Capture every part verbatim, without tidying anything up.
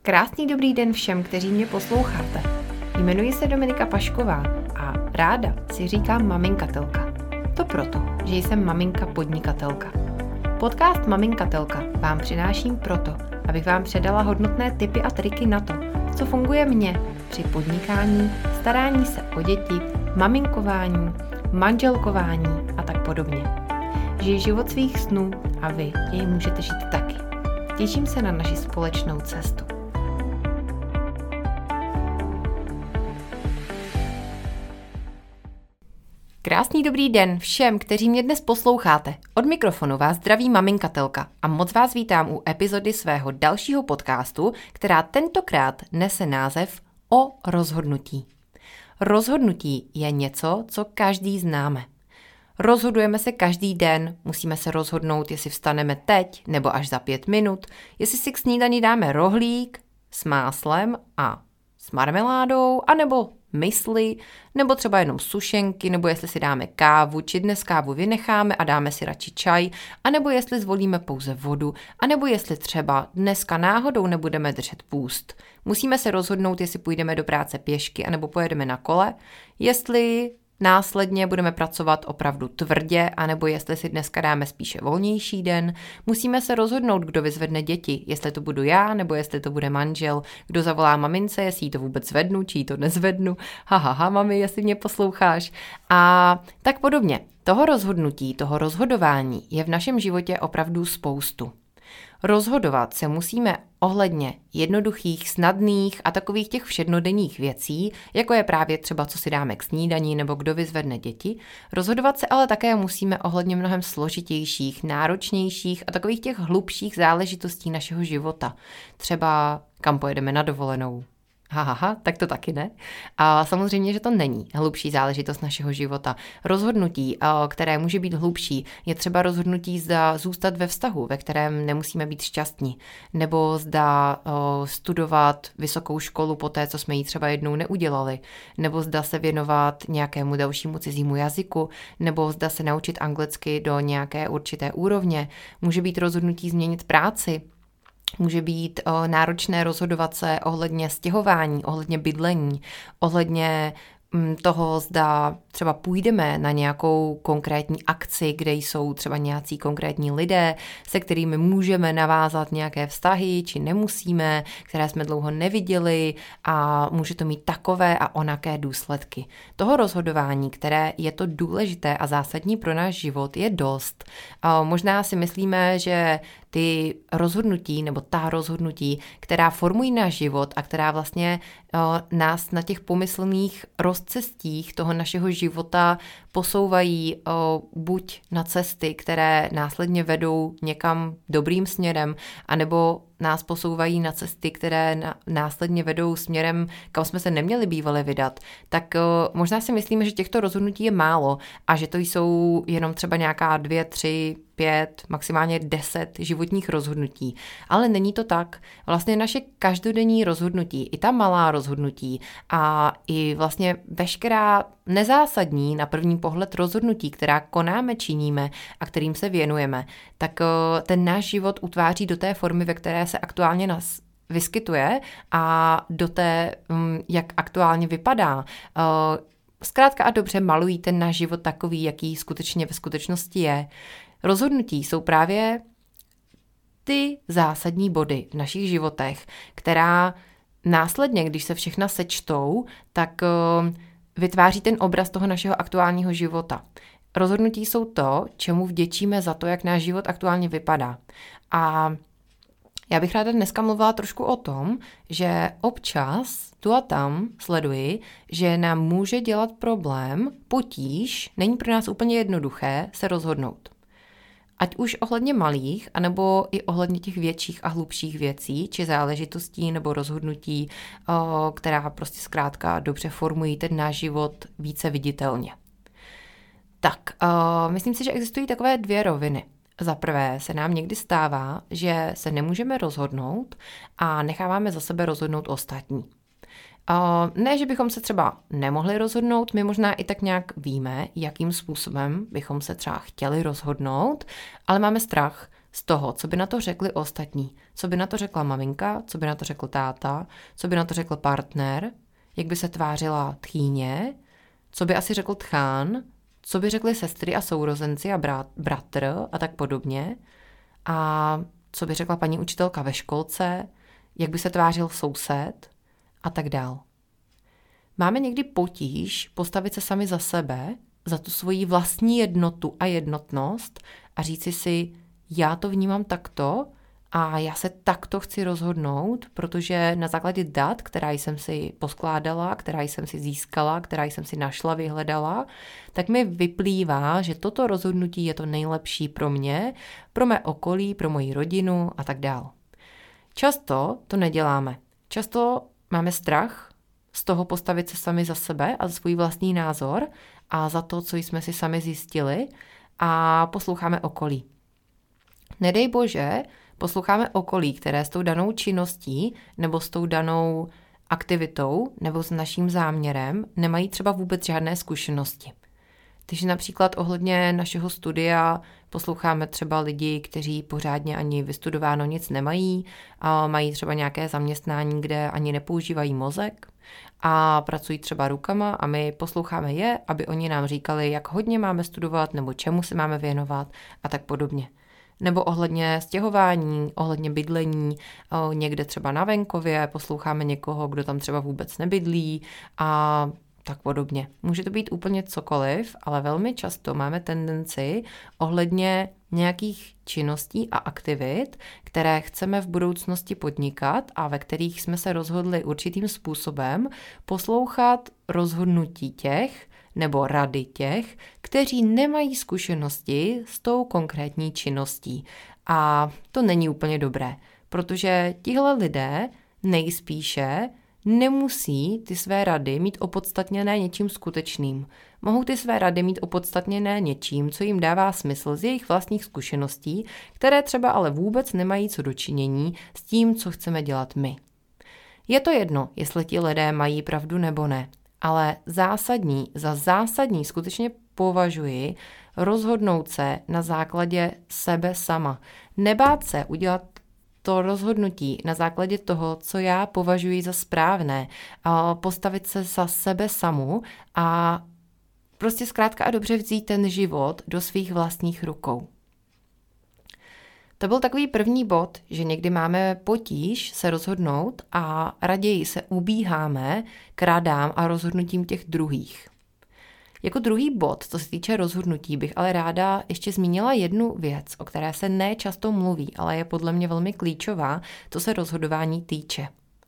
Krásný dobrý den všem, kteří mě posloucháte. Jmenuji se Dominika Pašková a ráda si říkám maminkatelka. To proto, že jsem maminka podnikatelka. Podcast Maminkatelka vám přináším proto, abych vám předala hodnotné tipy a triky na to, co funguje mně při podnikání, starání se o děti, maminkování, manželkování a tak podobně. Žij život svých snů a vy jej můžete žít taky. Těším se na naši společnou cestu. Krásný dobrý den všem, kteří mě dnes posloucháte. Od mikrofonu vás zdraví maminkatelka a moc vás vítám u epizody svého dalšího podcastu, která tentokrát nese název O rozhodnutí. Rozhodnutí je něco, co každý známe. Rozhodujeme se každý den, musíme se rozhodnout, jestli vstaneme teď nebo až za pět minut, jestli si k snídani dáme rohlík s máslem a s marmeládou, anebo mysli, nebo třeba jenom sušenky, nebo jestli si dáme kávu, či dnes kávu vynecháme a dáme si radši čaj, anebo jestli zvolíme pouze vodu, anebo jestli třeba dneska náhodou nebudeme držet půst. Musíme se rozhodnout, jestli půjdeme do práce pěšky, anebo pojedeme na kole, jestli následně budeme pracovat opravdu tvrdě, anebo jestli si dneska dáme spíše volnější den. Musíme se rozhodnout, kdo vyzvedne děti, jestli to budu já, nebo jestli to bude manžel, kdo zavolá mamince, jestli jí to vůbec zvednu, či jí to nezvednu. Ha, ha, ha, mami, jestli mě posloucháš. A tak podobně. Toho rozhodnutí, toho rozhodování je v našem životě opravdu spoustu. Rozhodovat se musíme ohledně jednoduchých, snadných a takových těch všednodenních věcí, jako je právě třeba, co si dáme k snídani nebo kdo vyzvedne děti. Rozhodovat se ale také musíme ohledně mnohem složitějších, náročnějších a takových těch hlubších záležitostí našeho života. Třeba kam pojedeme na dovolenou. Hahaha, ha, ha, tak to taky ne. A samozřejmě, že to není hlubší záležitost našeho života. Rozhodnutí, které může být hlubší, je třeba rozhodnutí, zda zůstat ve vztahu, ve kterém nemusíme být šťastní, nebo zda o, studovat vysokou školu po té, co jsme ji třeba jednou neudělali, nebo zda se věnovat nějakému dalšímu cizímu jazyku, nebo zda se naučit anglicky do nějaké určité úrovně. Může být rozhodnutí změnit práci. Může být o, náročné rozhodovat se ohledně stěhování, ohledně bydlení, ohledně m, toho, zda třeba půjdeme na nějakou konkrétní akci, kde jsou třeba nějací konkrétní lidé, se kterými můžeme navázat nějaké vztahy, či nemusíme, které jsme dlouho neviděli a může to mít takové a onaké důsledky. Toho rozhodování, které je to důležité a zásadní pro náš život, je dost. O, možná si myslíme, že ty rozhodnutí nebo ta rozhodnutí, která formují náš život a která vlastně o, nás na těch pomyslných rozcestích toho našeho života posouvají o, buď na cesty, které následně vedou někam dobrým směrem, anebo nás posouvají na cesty, které na, následně vedou směrem, kam jsme se neměli bývali vydat, tak o, možná si myslíme, že těchto rozhodnutí je málo a že to jsou jenom třeba nějaká dvě, tři, pět, maximálně deset životních rozhodnutí. Ale není to tak. Vlastně naše každodenní rozhodnutí, i ta malá rozhodnutí a i vlastně veškerá nezásadní na první pohled rozhodnutí, která konáme, činíme a kterým se věnujeme, tak ten náš život utváří do té formy, ve které se aktuálně nás vyskytuje a do té, jak aktuálně vypadá. Zkrátka a dobře malují ten náš život takový, jaký skutečně ve skutečnosti je. Rozhodnutí jsou právě ty zásadní body v našich životech, která následně, když se všechna sečtou, tak vytváří ten obraz toho našeho aktuálního života. Rozhodnutí jsou to, čemu vděčíme za to, jak náš život aktuálně vypadá. A já bych ráda dneska mluvila trošku o tom, že občas tu a tam sleduji, že nám může dělat problém, potíž, není pro nás úplně jednoduché se rozhodnout. Ať už ohledně malých, anebo i ohledně těch větších a hlubších věcí, či záležitostí nebo rozhodnutí, o, která prostě zkrátka dobře formují ten náš život více viditelně. Tak, o, myslím si, že existují takové dvě roviny. Za prvé se nám někdy stává, že se nemůžeme rozhodnout a necháváme za sebe rozhodnout ostatní. Uh, ne, že bychom se třeba nemohli rozhodnout, my možná i tak nějak víme, jakým způsobem bychom se třeba chtěli rozhodnout, ale máme strach. z toho, co by na to řekli ostatní. Co by na to řekla maminka, co by na to řekl táta, co by na to řekl partner, jak by se tvářila tchýně, co by asi řekl tchán, co by řekly sestry a sourozenci a brat, bratr a tak podobně. A co by řekla paní učitelka ve školce, jak by se tvářil soused a tak dál. Máme někdy potíž postavit se sami za sebe, za tu svoji vlastní jednotu a jednotnost a říci si, já to vnímám takto a já se takto chci rozhodnout, protože na základě dat, která jsem si poskládala, která jsem si získala, která jsem si našla, vyhledala, tak mi vyplývá, že toto rozhodnutí je to nejlepší pro mě, pro mé okolí, pro moji rodinu a tak dál. Často to neděláme. Často máme strach z toho postavit se sami za sebe a za svůj vlastní názor a za to, co jsme si sami zjistili a posloucháme okolí. Nedej bože, posloucháme okolí, které s tou danou činností nebo s tou danou aktivitou nebo s naším záměrem nemají třeba vůbec žádné zkušenosti. Takže například ohledně našeho studia posloucháme třeba lidi, kteří pořádně ani vystudováno nic nemají a mají třeba nějaké zaměstnání, kde ani nepoužívají mozek a pracují třeba rukama a my posloucháme je, aby oni nám říkali, jak hodně máme studovat nebo čemu se máme věnovat a tak podobně. Nebo ohledně stěhování, ohledně bydlení, někde třeba na venkově posloucháme někoho, kdo tam třeba vůbec nebydlí a tak podobně. Může to být úplně cokoliv, ale velmi často máme tendenci ohledně nějakých činností a aktivit, které chceme v budoucnosti podnikat a ve kterých jsme se rozhodli určitým způsobem poslouchat rozhodnutí těch nebo rady těch, kteří nemají zkušenosti s tou konkrétní činností. A to není úplně dobré, protože tihle lidé nejspíše nemusí ty své rady mít opodstatněné něčím skutečným. Mohou ty své rady mít opodstatněné něčím, co jim dává smysl z jejich vlastních zkušeností, které třeba ale vůbec nemají co dočinění s tím, co chceme dělat my. Je to jedno, jestli ti lidé mají pravdu nebo ne, ale zásadní, za zásadní skutečně považuji rozhodnout se na základě sebe sama. Nebát se udělat to rozhodnutí na základě toho, co já považuji za správné, a postavit se za sebe samu a prostě zkrátka a dobře vzít ten život do svých vlastních rukou. To byl takový první bod, že někdy máme potíž se rozhodnout a raději se ubíháme k radám a rozhodnutím těch druhých. Jako druhý bod, co se týče rozhodnutí, bych ale ráda ještě zmínila jednu věc, o které se ne často mluví, ale je podle mě velmi klíčová, co se rozhodování týče.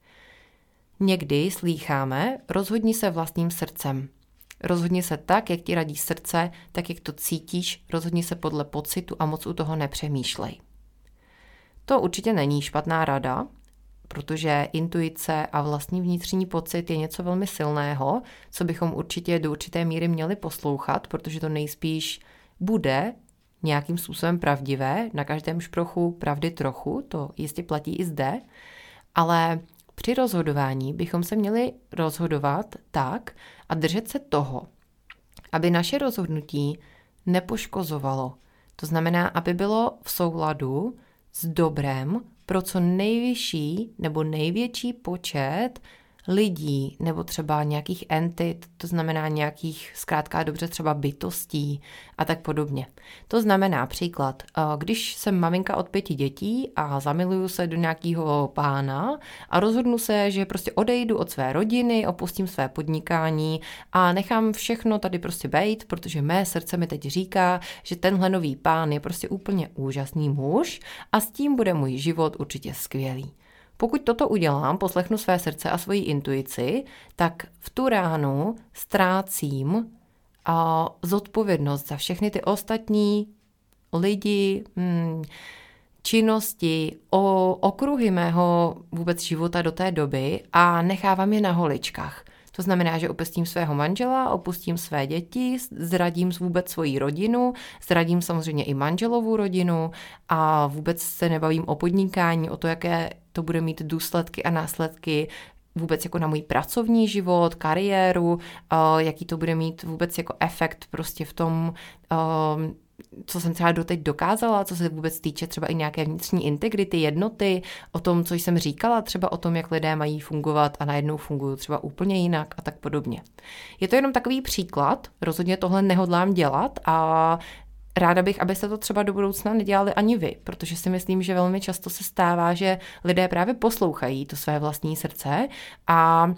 Někdy slýcháme, rozhodni se vlastním srdcem. Rozhodni se tak, jak ti radí srdce, tak, jak to cítíš, rozhodni se podle pocitu a moc u toho nepřemýšlej. To určitě není špatná rada, protože intuice a vlastní vnitřní pocit je něco velmi silného, co bychom určitě do určité míry měli poslouchat, protože to nejspíš bude nějakým způsobem pravdivé, na každém šprochu pravdy trochu, to jistě platí i zde, ale při rozhodování bychom se měli rozhodovat tak a držet se toho, aby naše rozhodnutí nepoškozovalo. To znamená, aby bylo v souladu s dobrem pro co nejvyšší nebo největší počet lidí nebo třeba nějakých entit, to znamená nějakých zkrátka dobře třeba bytostí a tak podobně. To znamená příklad, když jsem maminka od pěti dětí a zamiluju se do nějakého pána a rozhodnu se, že prostě odejdu od své rodiny, opustím své podnikání a nechám všechno tady prostě bejt, protože mé srdce mi teď říká, že tenhle nový pán je prostě úplně úžasný muž a s tím bude můj život určitě skvělý. Pokud toto udělám, poslechnu své srdce a svoji intuici, tak v tu ránu ztrácím a zodpovědnost za všechny ty ostatní lidi, hmm, činnosti, o okruhy mého vůbec života do té doby a nechávám je na holičkách. To znamená, že opustím svého manžela, opustím své děti, zradím vůbec svoji rodinu, zradím samozřejmě i manželovu rodinu a vůbec se nebavím o podnikání, o to, jaké to bude mít důsledky a následky vůbec jako na můj pracovní život, kariéru, jaký to bude mít vůbec jako efekt prostě v tom, co jsem třeba doteď dokázala, co se vůbec týče třeba i nějaké vnitřní integrity, jednoty, o tom, co jsem říkala, třeba o tom, jak lidé mají fungovat a najednou fungují třeba úplně jinak a tak podobně. Je to jenom takový příklad, rozhodně tohle nehodlám dělat a ráda bych, abyste to třeba do budoucna nedělali ani vy, protože si myslím, že velmi často se stává, že lidé právě poslouchají to své vlastní srdce a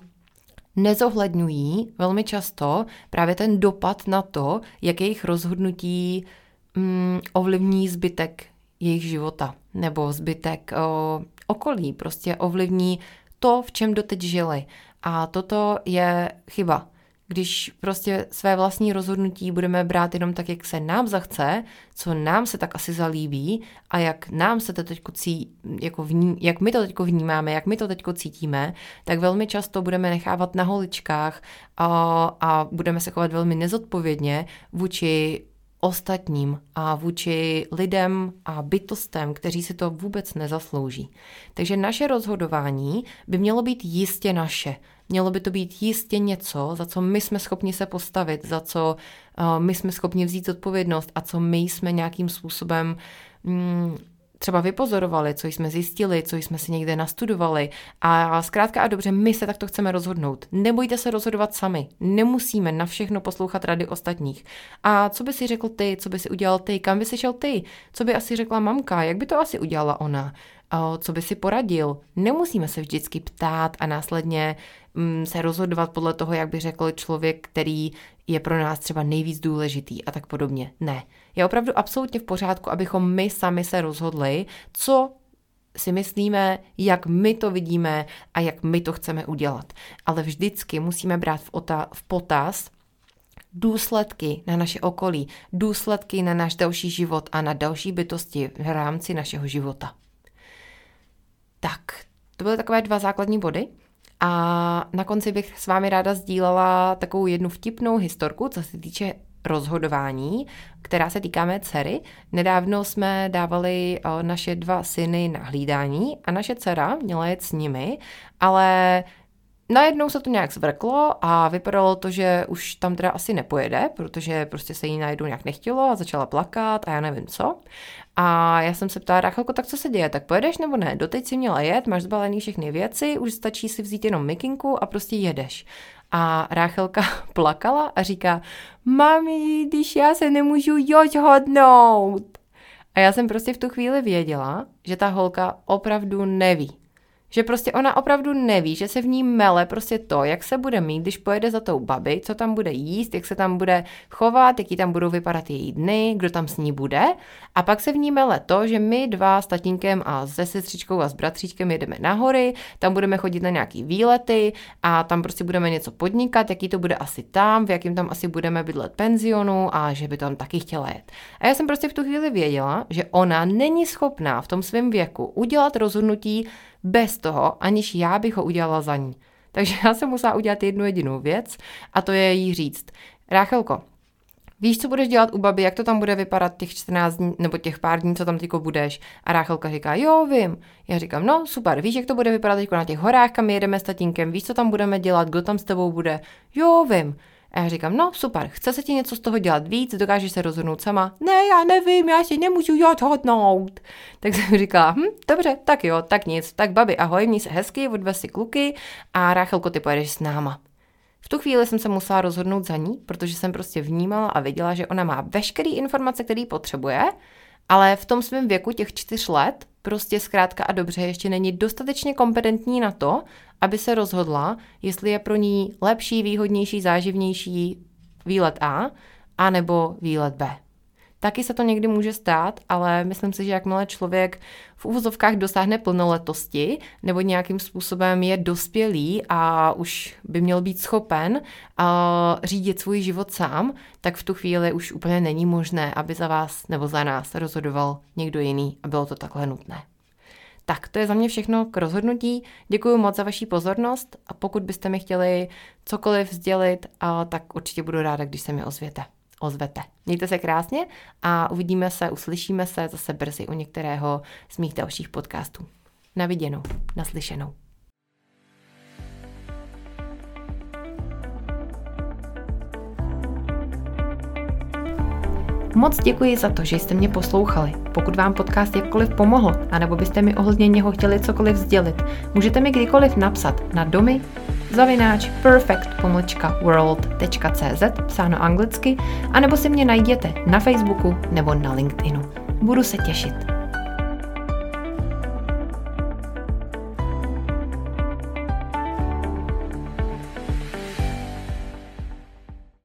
nezohledňují velmi často právě ten dopad na to, jak jejich rozhodnutí mm, ovlivní zbytek jejich života nebo zbytek o, okolí, prostě ovlivní to, v čem doteď žili. A toto je chyba. Když prostě své vlastní rozhodnutí budeme brát jenom tak, jak se nám zachce, co nám se tak asi zalíbí a jak nám se to teďko cí, jako vní, jak my to teďko vnímáme, jak my to teďko cítíme, tak velmi často budeme nechávat na holičkách a, a budeme se chovat velmi nezodpovědně vůči ostatním a vůči lidem a bytostem, kteří si to vůbec nezaslouží. Takže naše rozhodování by mělo být jistě naše. Mělo by to být jistě něco, za co my jsme schopni se postavit, za co uh, my jsme schopni vzít odpovědnost a co my jsme nějakým způsobem mm, třeba vypozorovali, co jsme zjistili, co jsme si někde nastudovali a zkrátka a dobře, my se takto chceme rozhodnout. Nebojte se rozhodovat sami. Nemusíme na všechno poslouchat rady ostatních. A co by si řekl ty, co by si udělal ty, kam by si šel ty, co by asi řekla mamka, jak by to asi udělala ona, a co by si poradil. Nemusíme se vždycky ptát a následně mm, se rozhodovat podle toho, jak by řekl člověk, který je pro nás třeba nejvíc důležitý a tak podobně. Ne. Je opravdu absolutně v pořádku, abychom my sami se rozhodli, co si myslíme, jak my to vidíme a jak my to chceme udělat. Ale vždycky musíme brát v, ota- v potaz důsledky na naše okolí, důsledky na náš další život a na další bytosti v rámci našeho života. Tak, to byly takové dva základní body. A na konci bych s vámi ráda sdílela takovou jednu vtipnou historku, co se týče rozhodování, která se týká mé dcery. Nedávno jsme dávali naše dva syny na hlídání a naše dcera měla jet s nimi, ale najednou se to nějak zvrklo a vypadalo to, že už tam teda asi nepojede, protože prostě se jí najednou nějak nechtělo a začala plakat a já nevím co. A já jsem se ptala, Ráchelko, tak co se děje, tak pojedeš nebo ne? Doteď si měla jet, máš zbalený všechny věci, už stačí si vzít jenom mikinku a prostě jedeš. A Ráchelka plakala a říká, mami, když já se nemůžu jít hodnout. A já jsem prostě v tu chvíli věděla, že ta holka opravdu neví. Že prostě ona opravdu neví, že se v ní mele prostě to, jak se bude mít, když pojede za tou babi, co tam bude jíst, jak se tam bude chovat, jaký tam budou vypadat její dny, kdo tam s ní bude. A pak se v ní mele to, že my dva s tatínkem a se sestřičkou a s bratříčkem jedeme na hory, tam budeme chodit na nějaký výlety a tam prostě budeme něco podnikat, jaký to bude asi tam, v jakým tam asi budeme bydlet penzionu a že by tam taky chtěla jet. A já jsem prostě v tu chvíli věděla, že ona není schopná v tom svém věku udělat rozhodnutí bez toho, aniž já bych ho udělala za ní. Takže já jsem musela udělat jednu jedinou věc a to je jí říct, Ráchelko, víš, co budeš dělat u babi, jak to tam bude vypadat těch čtrnáct dní, nebo těch pár dní, co tam tyko budeš? A Ráchelka říká, jo, vím. Já říkám, no super, víš, jak to bude vypadat teďko na těch horách, kam jedeme s tatínkem, víš, co tam budeme dělat, kdo tam s tebou bude? Jo, vím. A já říkám, no super, chce se ti něco z toho dělat víc, dokážeš se rozhodnout sama? Ne, já nevím, já si nemůžu jít hodnout. Tak jsem říkala, hm, dobře, tak jo, tak nic, tak babi, ahoj, měj se hezky, odvez si kluky a Ráchelko, ty pojedeš s náma. V tu chvíli jsem se musela rozhodnout za ní, protože jsem prostě vnímala a viděla, že ona má veškeré informace, které potřebuje, ale v tom svém věku těch čtyř let prostě zkrátka a dobře ještě není dostatečně kompetentní na to, aby se rozhodla, jestli je pro ní lepší, výhodnější, záživnější výlet A, anebo výlet B. Taky se to někdy může stát, ale myslím si, že jakmile člověk v uvozovkách dosáhne plnoletosti nebo nějakým způsobem je dospělý a už by měl být schopen uh, řídit svůj život sám, tak v tu chvíli už úplně není možné, aby za vás nebo za nás rozhodoval někdo jiný a bylo to takhle nutné. Tak, to je za mě všechno k rozhodnutí. Děkuji moc za vaši pozornost a pokud byste mi chtěli cokoliv sdělit, uh, tak určitě budu ráda, když se mi ozvěte. ozvete. Mějte se krásně a uvidíme se, uslyšíme se zase brzy u některého z mých dalších podcastů. Na viděnou, naslyšenou. Moc děkuji za to, že jste mě poslouchali. Pokud vám podcast jakkoliv pomohl, anebo byste mi ohledně něho chtěli cokoliv sdělit, můžete mi kdykoliv napsat na domy zavináč perfect pomlčka world tečka cz, psáno anglicky, anebo si mě najděte na Facebooku nebo na LinkedInu. Budu se těšit.